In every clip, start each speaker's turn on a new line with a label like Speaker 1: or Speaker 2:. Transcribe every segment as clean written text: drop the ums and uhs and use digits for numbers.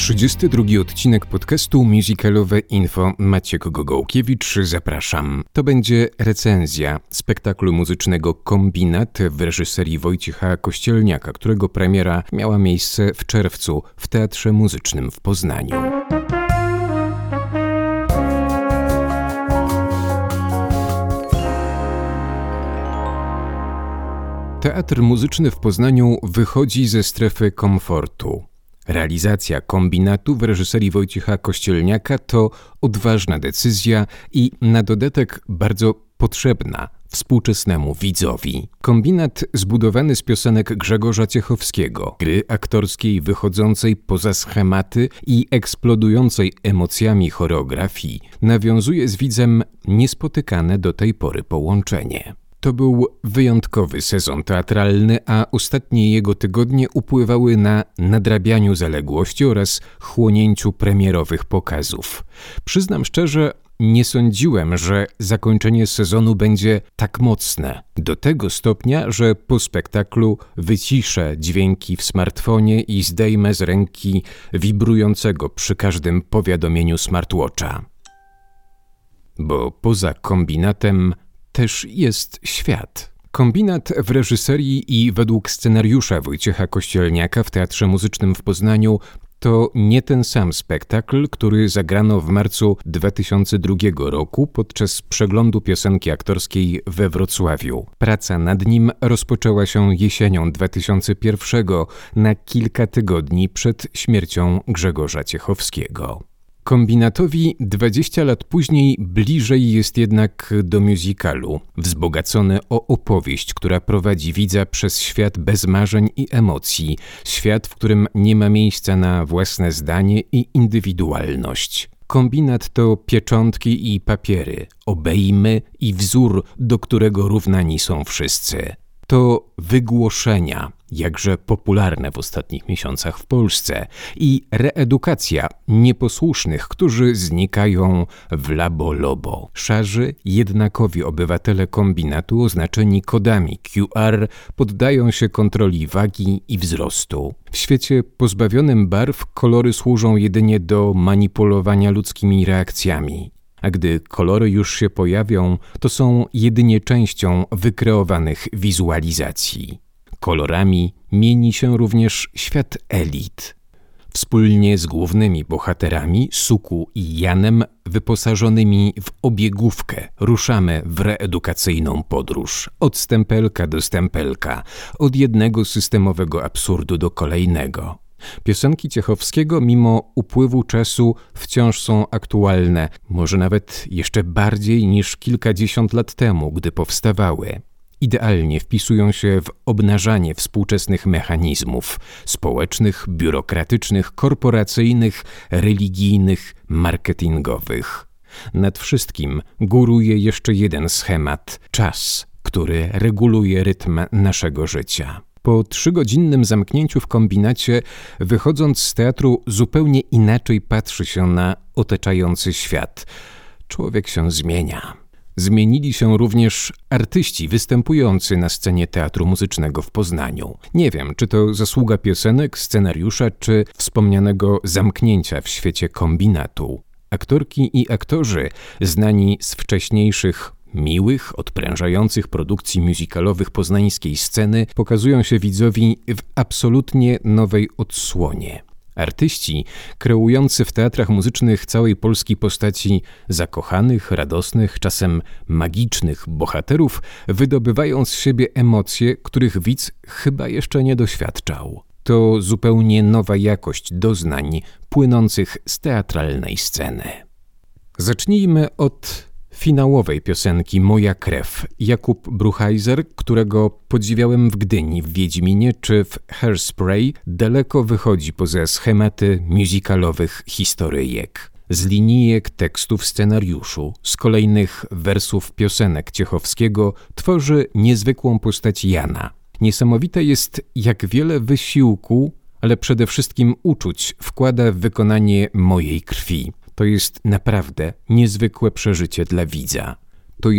Speaker 1: 32 odcinek podcastu Musicalowe Info. Maciek Gogołkiewicz, zapraszam. To będzie recenzja spektaklu muzycznego Kombinat w reżyserii Wojciecha Kościelniaka, którego premiera miała miejsce w czerwcu w Teatrze Muzycznym w Poznaniu. Teatr Muzyczny w Poznaniu wychodzi ze strefy komfortu. Realizacja Kombinatu w reżyserii Wojciecha Kościelniaka to odważna decyzja i na dodatek bardzo potrzebna współczesnemu widzowi. Kombinat zbudowany z piosenek Grzegorza Ciechowskiego, gry aktorskiej wychodzącej poza schematy i eksplodującej emocjami choreografii, nawiązuje z widzem niespotykane do tej pory połączenie. To był wyjątkowy sezon teatralny, a ostatnie jego tygodnie upływały na nadrabianiu zaległości oraz chłonięciu premierowych pokazów. Przyznam szczerze, nie sądziłem, że zakończenie sezonu będzie tak mocne. Do tego stopnia, że po spektaklu wyciszę dźwięki w smartfonie i zdejmę z ręki wibrującego przy każdym powiadomieniu smartwatcha. Bo poza Kombinatem też jest świat. Kombinat w reżyserii i według scenariusza Wojciecha Kościelniaka w Teatrze Muzycznym w Poznaniu to nie ten sam spektakl, który zagrano w marcu 2002 roku podczas przeglądu piosenki aktorskiej we Wrocławiu. Praca nad nim rozpoczęła się jesienią 2001 na kilka tygodni przed śmiercią Grzegorza Ciechowskiego. Kombinatowi 20 lat później bliżej jest jednak do musicalu, wzbogacony o opowieść, która prowadzi widza przez świat bez marzeń i emocji, świat, w którym nie ma miejsca na własne zdanie i indywidualność. Kombinat to pieczątki i papiery, obejmy i wzór, do którego równani są wszyscy. To wygłoszenia, jakże popularne w ostatnich miesiącach w Polsce, i reedukacja nieposłusznych, którzy znikają w labo-lobo. Szarzy, jednakowi obywatele Kombinatu oznaczeni kodami QR poddają się kontroli wagi i wzrostu. W świecie pozbawionym barw kolory służą jedynie do manipulowania ludzkimi reakcjami. A gdy kolory już się pojawią, to są jedynie częścią wykreowanych wizualizacji. Kolorami mieni się również świat elit. Wspólnie z głównymi bohaterami, Suku i Janem, wyposażonymi w obiegówkę, ruszamy w reedukacyjną podróż. Od stempelka do stempelka, od jednego systemowego absurdu do kolejnego. Piosenki Ciechowskiego mimo upływu czasu wciąż są aktualne, może nawet jeszcze bardziej niż kilkadziesiąt lat temu, gdy powstawały. Idealnie wpisują się w obnażanie współczesnych mechanizmów społecznych, biurokratycznych, korporacyjnych, religijnych, marketingowych. Nad wszystkim góruje jeszcze jeden schemat – czas, który reguluje rytm naszego życia. Po 3-godzinnym zamknięciu w Kombinacie, wychodząc z teatru, zupełnie inaczej patrzy się na otaczający świat. Człowiek się zmienia. Zmienili się również artyści występujący na scenie Teatru Muzycznego w Poznaniu. Nie wiem, czy to zasługa piosenek, scenariusza, czy wspomnianego zamknięcia w świecie Kombinatu. Aktorki i aktorzy, znani z wcześniejszych miłych, odprężających produkcji musicalowych poznańskiej sceny, pokazują się widzowi w absolutnie nowej odsłonie. Artyści kreujący w teatrach muzycznych całej Polski postaci zakochanych, radosnych, czasem magicznych bohaterów wydobywają z siebie emocje, których widz chyba jeszcze nie doświadczał. To zupełnie nowa jakość doznań płynących z teatralnej sceny. Zacznijmy od finałowej piosenki Moja krew. Jakub Bruchheiser, którego podziwiałem w Gdyni, w Wiedźminie czy w Hairspray, daleko wychodzi poza schematy musicalowych historyjek. Z linijek tekstów scenariuszu, z kolejnych wersów piosenek Ciechowskiego tworzy niezwykłą postać Jana. Niesamowite jest, jak wiele wysiłku, ale przede wszystkim uczuć wkłada w wykonanie Mojej krwi. To jest naprawdę niezwykłe przeżycie dla widza. To jest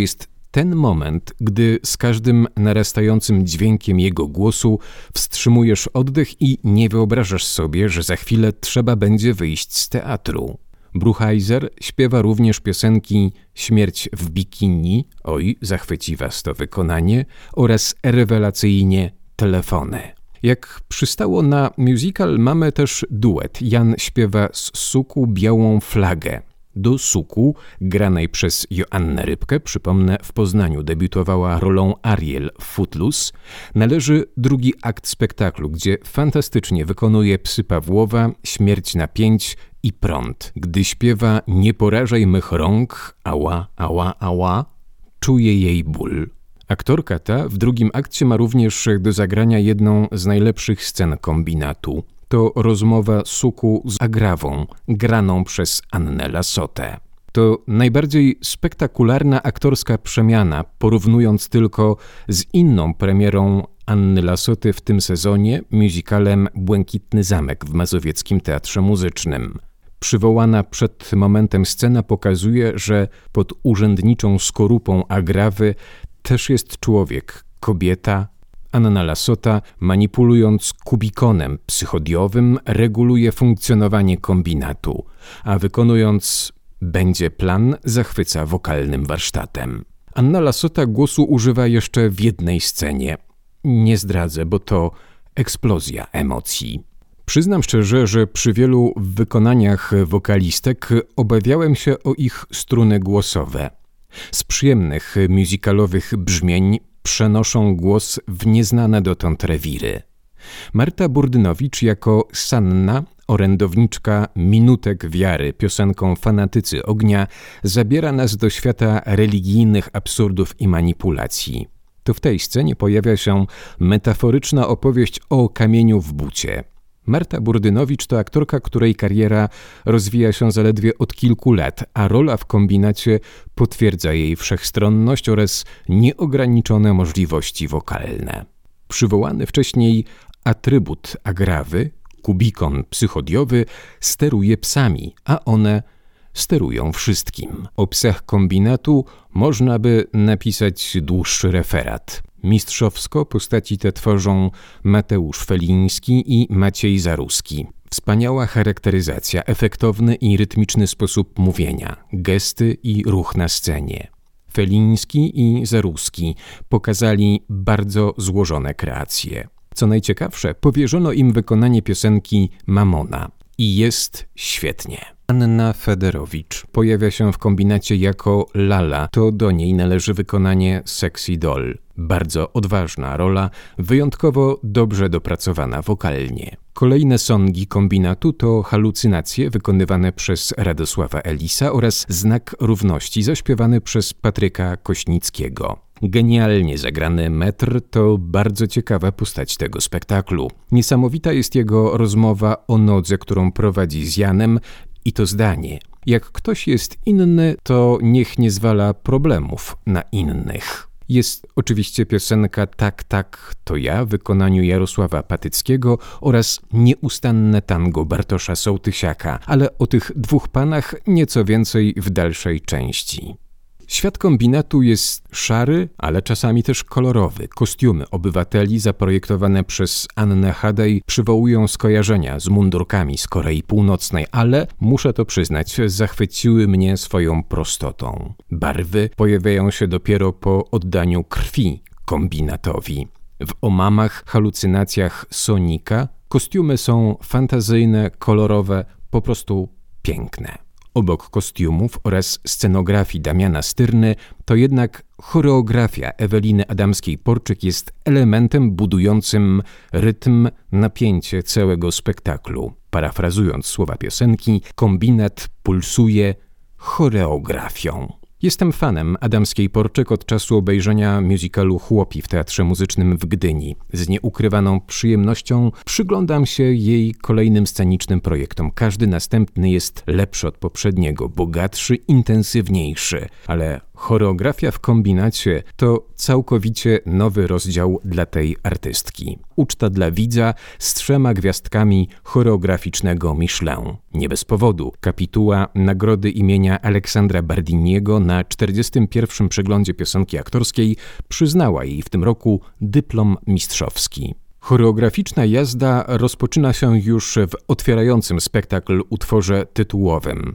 Speaker 1: ten moment, gdy z każdym narastającym dźwiękiem jego głosu wstrzymujesz oddech i nie wyobrażasz sobie, że za chwilę trzeba będzie wyjść z teatru. Bruchheiser śpiewa również piosenki Śmierć w bikini, oj, zachwyci was to wykonanie, oraz rewelacyjnie Telefony. Jak przystało na musical, mamy też duet. Jan śpiewa z Suku Białą flagę. Do Suku, granej przez Joannę Rybkę, przypomnę, w Poznaniu debiutowała rolą Ariel w Footloose, należy drugi akt spektaklu, gdzie fantastycznie wykonuje Psy Pawłowa, Śmierć na 5 i Prąd. Gdy śpiewa Nie porażaj mych rąk, ała, ała, ała, czuje jej ból. Aktorka ta w drugim akcie ma również do zagrania jedną z najlepszych scen kombinatu. To rozmowa Suku z Agrawą, graną przez Annę Lassotę. To najbardziej spektakularna aktorska przemiana, porównując tylko z inną premierą Anny Lassoty w tym sezonie, musicalem Błękitny Zamek w Mazowieckim Teatrze Muzycznym. Przywołana przed momentem scena pokazuje, że pod urzędniczą skorupą Agrawy też jest człowiek, kobieta. Anna Lassota, manipulując kubikonem psychodiowym, reguluje funkcjonowanie kombinatu, a wykonując Będzie plan, zachwyca wokalnym warsztatem. Anna Lassota głosu używa jeszcze w jednej scenie. Nie zdradzę, bo to eksplozja emocji. Przyznam szczerze, że przy wielu wykonaniach wokalistek obawiałem się o ich struny głosowe. Z przyjemnych musicalowych brzmień przenoszą głos w nieznane dotąd rewiry. Marta Burdynowicz jako Sanna, orędowniczka Minutek Wiary, piosenką Fanatycy Ognia, zabiera nas do świata religijnych absurdów i manipulacji. To w tej scenie pojawia się metaforyczna opowieść o kamieniu w bucie. Marta Burdynowicz to aktorka, której kariera rozwija się zaledwie od kilku lat, a rola w kombinacie potwierdza jej wszechstronność oraz nieograniczone możliwości wokalne. Przywołany wcześniej atrybut Agrawy, kubikon psychodiowy, steruje psami, a one sterują wszystkim. O psach kombinatu można by napisać dłuższy referat. Mistrzowsko postaci te tworzą Mateusz Feliński i Maciej Zaruski. Wspaniała charakteryzacja, efektowny i rytmiczny sposób mówienia, gesty i ruch na scenie. Feliński i Zaruski pokazali bardzo złożone kreacje. Co najciekawsze, powierzono im wykonanie piosenki Mamona. I jest świetnie. Anna Federowicz pojawia się w kombinacie jako Lala. To do niej należy wykonanie Sexy Doll. Bardzo odważna rola, wyjątkowo dobrze dopracowana wokalnie. Kolejne songi kombinatu to Halucynacje wykonywane przez Radosława Elisa oraz Znak Równości zaśpiewany przez Patryka Kośnickiego. Genialnie zagrany metr to bardzo ciekawa postać tego spektaklu. Niesamowita jest jego rozmowa o nodze, którą prowadzi z Janem, i to zdanie: jak ktoś jest inny, to niech nie zwala problemów na innych. Jest oczywiście piosenka Tak, tak, to ja w wykonaniu Jarosława Patyckiego oraz Nieustanne tango Bartosza Sołtysiaka, ale o tych dwóch panach nieco więcej w dalszej części. Świat kombinatu jest szary, ale czasami też kolorowy. Kostiumy obywateli zaprojektowane przez Annę Hadej przywołują skojarzenia z mundurkami z Korei Północnej, ale muszę to przyznać, zachwyciły mnie swoją prostotą. Barwy pojawiają się dopiero po oddaniu krwi kombinatowi. W omamach, halucynacjach Sonika kostiumy są fantazyjne, kolorowe, po prostu piękne. Obok kostiumów oraz scenografii Damiana Styrny, to jednak choreografia Eweliny Adamskiej-Porczyk jest elementem budującym rytm, napięcie całego spektaklu. Parafrazując słowa piosenki, kombinat pulsuje choreografią. Jestem fanem Adamskiej-Porczyk od czasu obejrzenia musicalu Chłopi w Teatrze Muzycznym w Gdyni. Z nieukrywaną przyjemnością przyglądam się jej kolejnym scenicznym projektom. Każdy następny jest lepszy od poprzedniego, bogatszy, intensywniejszy, ale choreografia w kombinacie to całkowicie nowy rozdział dla tej artystki. Uczta dla widza z 3 gwiazdkami choreograficznego Michelin. Nie bez powodu kapituła nagrody imienia Aleksandra Bardiniego na 41. przeglądzie piosenki aktorskiej przyznała jej w tym roku dyplom mistrzowski. Choreograficzna jazda rozpoczyna się już w otwierającym spektakl utworze tytułowym.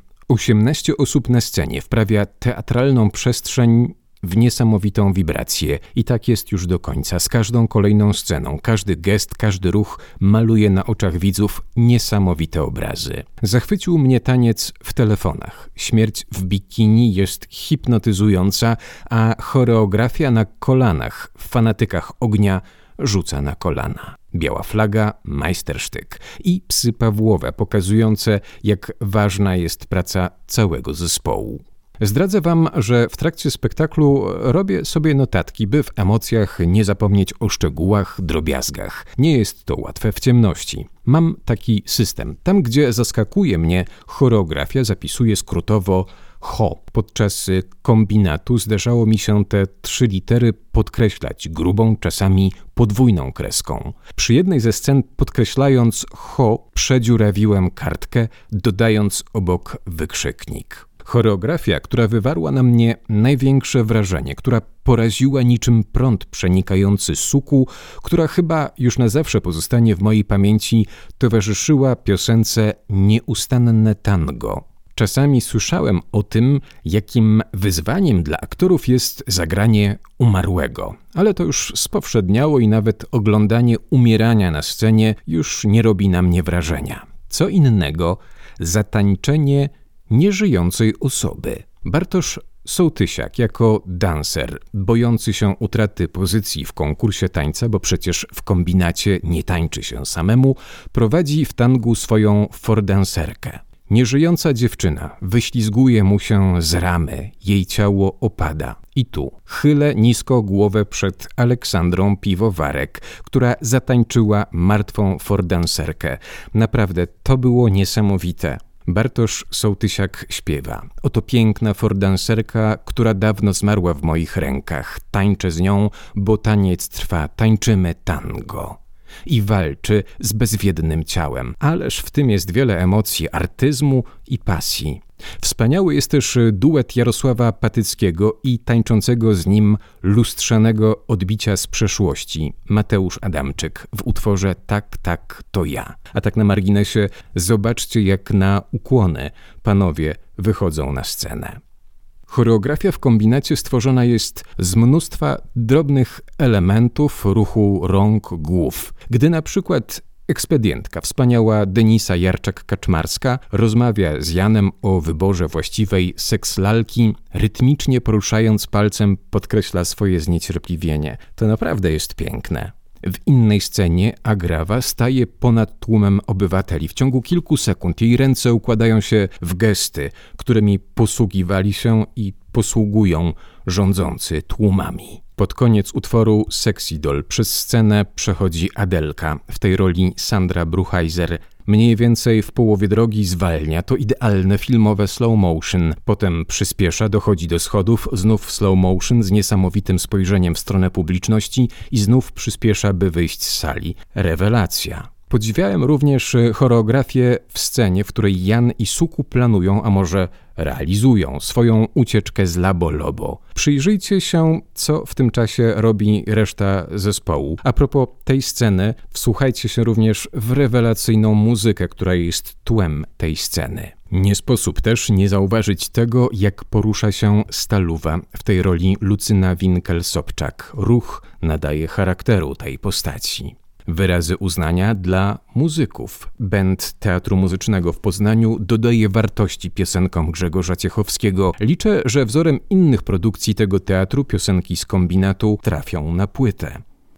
Speaker 1: 18 osób na scenie wprawia teatralną przestrzeń w niesamowitą wibrację i tak jest już do końca. Z każdą kolejną sceną, każdy gest, każdy ruch maluje na oczach widzów niesamowite obrazy. Zachwycił mnie taniec w telefonach. Śmierć w bikini jest hipnotyzująca, a choreografia na kolanach w Fanatykach ognia rzuca na kolana. Biała flaga, majstersztyk i psy Pawłowe pokazujące, jak ważna jest praca całego zespołu. Zdradzę wam, że w trakcie spektaklu robię sobie notatki, by w emocjach nie zapomnieć o szczegółach, drobiazgach. Nie jest to łatwe w ciemności. Mam taki system. Tam, gdzie zaskakuje mnie choreografia, zapisuję skrótowo CHO. Podczas kombinatu zdarzało mi się te 3 litery podkreślać grubą, czasami podwójną kreską. Przy jednej ze scen, podkreślając CHO, przedziurawiłem kartkę, dodając obok wykrzyknik. Choreografia, która wywarła na mnie największe wrażenie, która poraziła niczym prąd przenikający suku, która chyba już na zawsze pozostanie w mojej pamięci, towarzyszyła piosence Nieustanne tango. Czasami słyszałem o tym, jakim wyzwaniem dla aktorów jest zagranie umarłego, ale to już spowszedniało i nawet oglądanie umierania na scenie już nie robi na mnie wrażenia. Co innego zatańczenie nieżyjącej osoby. Bartosz Sołtysiak jako dancer, bojący się utraty pozycji w konkursie tańca, bo przecież w kombinacie nie tańczy się samemu, prowadzi w tangu swoją fordancerkę. Nieżyjąca dziewczyna wyślizguje mu się z ramy, jej ciało opada. I tu chylę nisko głowę przed Aleksandrą Piwowarek, która zatańczyła martwą fordancerkę. Naprawdę, to było niesamowite. Bartosz Sołtysiak śpiewa. Oto piękna fordancerka, która dawno zmarła w moich rękach. Tańczę z nią, bo taniec trwa, tańczymy tango. I walczy z bezwiednym ciałem. Ależ w tym jest wiele emocji, artyzmu i pasji. Wspaniały jest też duet Jarosława Patyckiego i tańczącego z nim lustrzanego odbicia z przeszłości Mateusz Adamczyk w utworze Tak, tak, to ja. A tak na marginesie, zobaczcie, jak na ukłony panowie wychodzą na scenę. Choreografia w kombinacie stworzona jest z mnóstwa drobnych elementów ruchu rąk, głów. Gdy na przykład ekspedientka, wspaniała Denisa Jarczak-Kaczmarska, rozmawia z Janem o wyborze właściwej sekslalki, rytmicznie poruszając palcem podkreśla swoje zniecierpliwienie. To naprawdę jest piękne. W innej scenie Agrawa staje ponad tłumem obywateli. W ciągu kilku sekund jej ręce układają się w gesty, którymi posługiwali się i posługują rządzący tłumami. Pod koniec utworu Sexy Doll przez scenę przechodzi Adelka, w tej roli Sandra Bruchheiser. Mniej więcej w połowie drogi zwalnia, to idealne filmowe slow motion. Potem przyspiesza, dochodzi do schodów, znów slow motion z niesamowitym spojrzeniem w stronę publiczności i znów przyspiesza, by wyjść z sali. Rewelacja. Podziwiałem również choreografię w scenie, w której Jan i Suku planują, a może realizują swoją ucieczkę z Labo Lobo. Przyjrzyjcie się, co w tym czasie robi reszta zespołu. A propos tej sceny, wsłuchajcie się również w rewelacyjną muzykę, która jest tłem tej sceny. Nie sposób też nie zauważyć tego, jak porusza się Staluwa, w tej roli Lucyna Winkel-Sobczak. Ruch nadaje charakteru tej postaci. Wyrazy uznania dla muzyków. Band Teatru Muzycznego w Poznaniu dodaje wartości piosenkom Grzegorza Ciechowskiego. Liczę, że wzorem innych produkcji tego teatru piosenki z kombinatu trafią na płytę.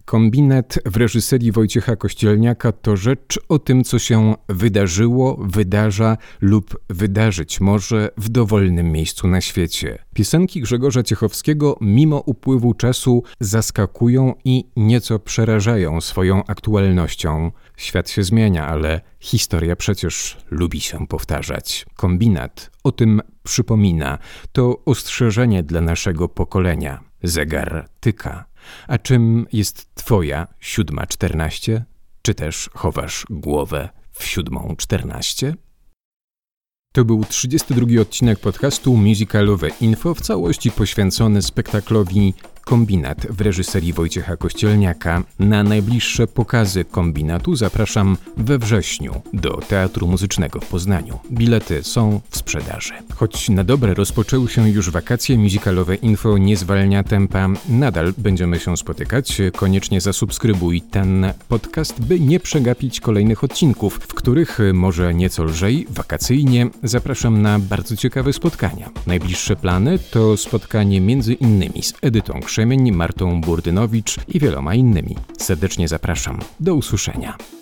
Speaker 1: Kombinat w reżyserii Wojciecha Kościelniaka to rzecz o tym, co się wydarzyło, wydarza lub wydarzyć może w dowolnym miejscu na świecie. Piosenki Grzegorza Ciechowskiego mimo upływu czasu zaskakują i nieco przerażają swoją aktualnością. Świat się zmienia, ale historia przecież lubi się powtarzać. Kombinat o tym przypomina. To ostrzeżenie dla naszego pokolenia. Zegar tyka. A czym jest twoja 7:14? Czy też chowasz głowę w 7:14? To był 32. odcinek podcastu Musicalowe Info, w całości poświęcony spektaklowi Kombinat w reżyserii Wojciecha Kościelniaka. Na najbliższe pokazy Kombinatu zapraszam we wrześniu do Teatru Muzycznego w Poznaniu. Bilety są w sprzedaży. Choć na dobre rozpoczęły się już wakacje, Musicalowe Info nie zwalnia tempa. Nadal będziemy się spotykać. Koniecznie zasubskrybuj ten podcast, by nie przegapić kolejnych odcinków, w których może nieco lżej, wakacyjnie, zapraszam na bardzo ciekawe spotkania. Najbliższe plany to spotkanie między innymi z Edytą Krzemień, Martą Burdynowicz i wieloma innymi. Serdecznie zapraszam. Do usłyszenia.